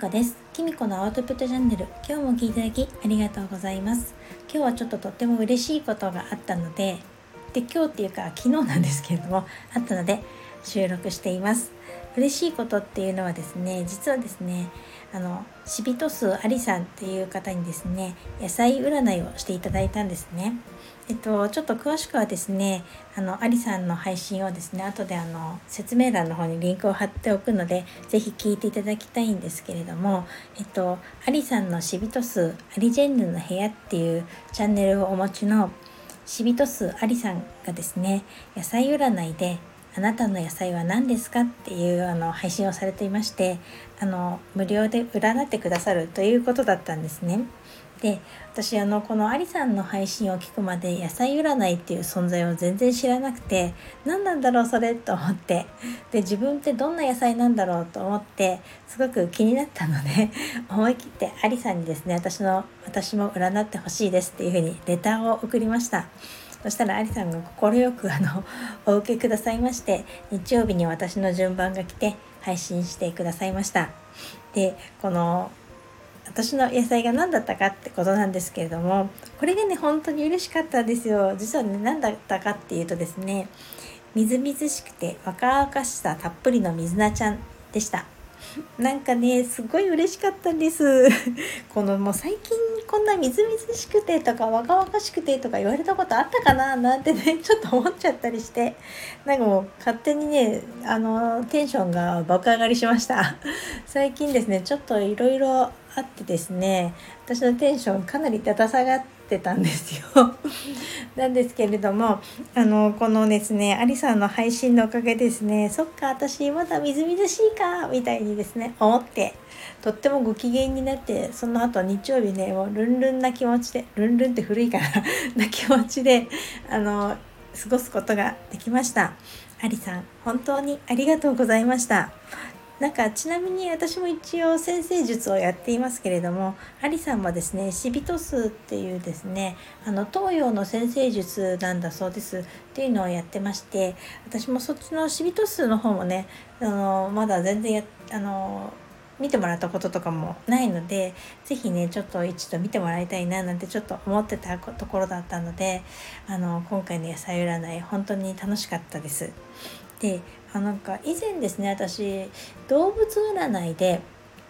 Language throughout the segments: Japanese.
こです。きみこのアウトプットチャンネル、今日も聞いていただきありがとうございます。今日はちょっととっても嬉しいことがあったので、今日っていうか昨日なんですけれども、あったので収録しています。嬉しいことっていうのはですね、実はですね、シビトスアリさんっていう方にですね、野菜占いをしていただいたんですね。ちょっと詳しくはですね、アリさんの配信をですね、後で説明欄の方にリンクを貼っておくので、ぜひ聞いていただきたいんですけれども、アリさんのシビトスアリジェンヌの部屋っていうチャンネルをお持ちのシビトスアリさんがですね、野菜占いであなたの野菜は何ですかっていう配信をされていまして、無料で占ってくださるということだったんですね。で、私このアリさんの配信を聞くまで野菜占いっていう存在を全然知らなくて、何なんだろうそれと思って、で自分ってどんな野菜なんだろうと思ってすごく気になったので思い切ってアリさんにですね、私も占ってほしいですっていうふうにレターを送りました。そしたらアリさんが快くお受けくださいまして、日曜日に私の順番が来て配信してくださいました。で、この私の野菜が何だったかってことなんですけれども、これがね本当に嬉しかったんですよ。実はね、何だったかっていうとですね、みずみずしくて若々しさたっぷりの水菜ちゃんでした。なんかね、すごい嬉しかったんですもう最近こんなみずみずしくてとか若々しくてとか言われたことあったかななんてね、ちょっと思っちゃったりして、なんかもう勝手にねテンションが爆上がりしました最近ですね、ちょっといろいろあってですね、私のテンションかなりだだ下がってたんですよなんですけれども、このですねアリさんの配信のおかげですね、そっか私まだみずみずしいかみたいにですね思って、とってもご機嫌になって、その後日曜日ね、もうルンルンな気持ちで、ルンルンって古いからな気持ちで過ごすことができました。アリさん本当にありがとうございました。ちなみに私も一応先生術をやっていますけれども、アリさんもですね、シビトスっていうですね、東洋の先生術なんだそうですっていうのをやってまして、私もそっちのシビトスの方もね、まだ全然見てもらったこととかもないので、ぜひねちょっと一度見てもらいたいななんてちょっと思ってたところだったので、今回の野菜占い本当に楽しかったです。で、以前ですね、私動物占いで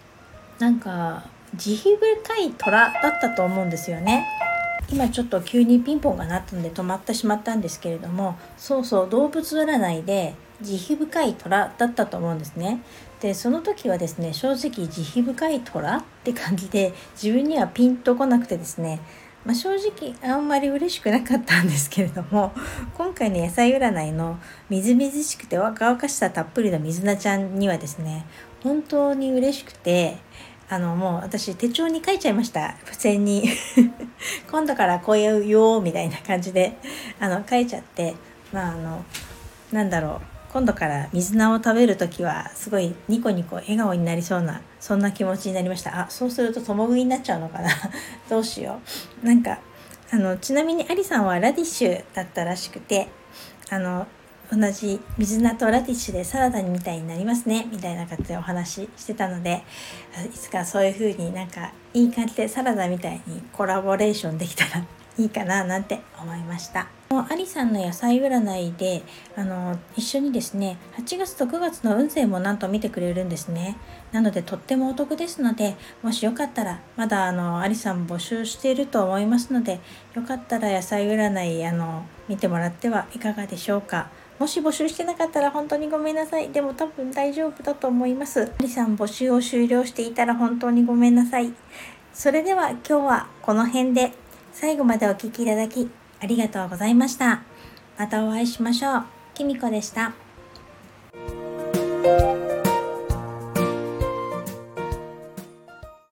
慈悲深い虎だったと思うんですよね。今ちょっと急にピンポンが鳴ったので止まってしまったんですけれども、そう動物占いで慈悲深い虎だったと思うんですね。でその時はですね、正直慈悲深い虎って感じで自分にはピンとこなくてですね、正直あんまり嬉しくなかったんですけれども、今回の野菜占いのみずみずしくて若々しさたっぷりの水菜ちゃんにはですね、本当に嬉しくて、もう私手帳に書いちゃいました、付箋に今度からこういうよみたいな感じで書いちゃって、なんだろう、今度から水菜を食べるときはすごいニコニコ笑顔になりそうな、そんな気持ちになりました。そうすると共食いになっちゃうのかなどうしよう。ちなみにアリさんはラディッシュだったらしくて、同じ水菜とラディッシュでサラダみたいになりますねみたいな感じでお話ししてたので、いつかそういう風にいい感じでサラダみたいにコラボレーションできたらいいかななんて思いました。アリさんの野菜占いで一緒にですね、8月と9月の運勢もなんと見てくれるんですね。なのでとってもお得ですので、もしよかったら、まだアリさん募集していると思いますので、よかったら野菜占い見てもらってはいかがでしょうか。もし募集してなかったら本当にごめんなさい。でも多分大丈夫だと思います。アリさん募集を終了していたら本当にごめんなさい。それでは今日はこの辺で、最後までお聞きいただきありがとうございました。またお会いしましょう。きみこでした。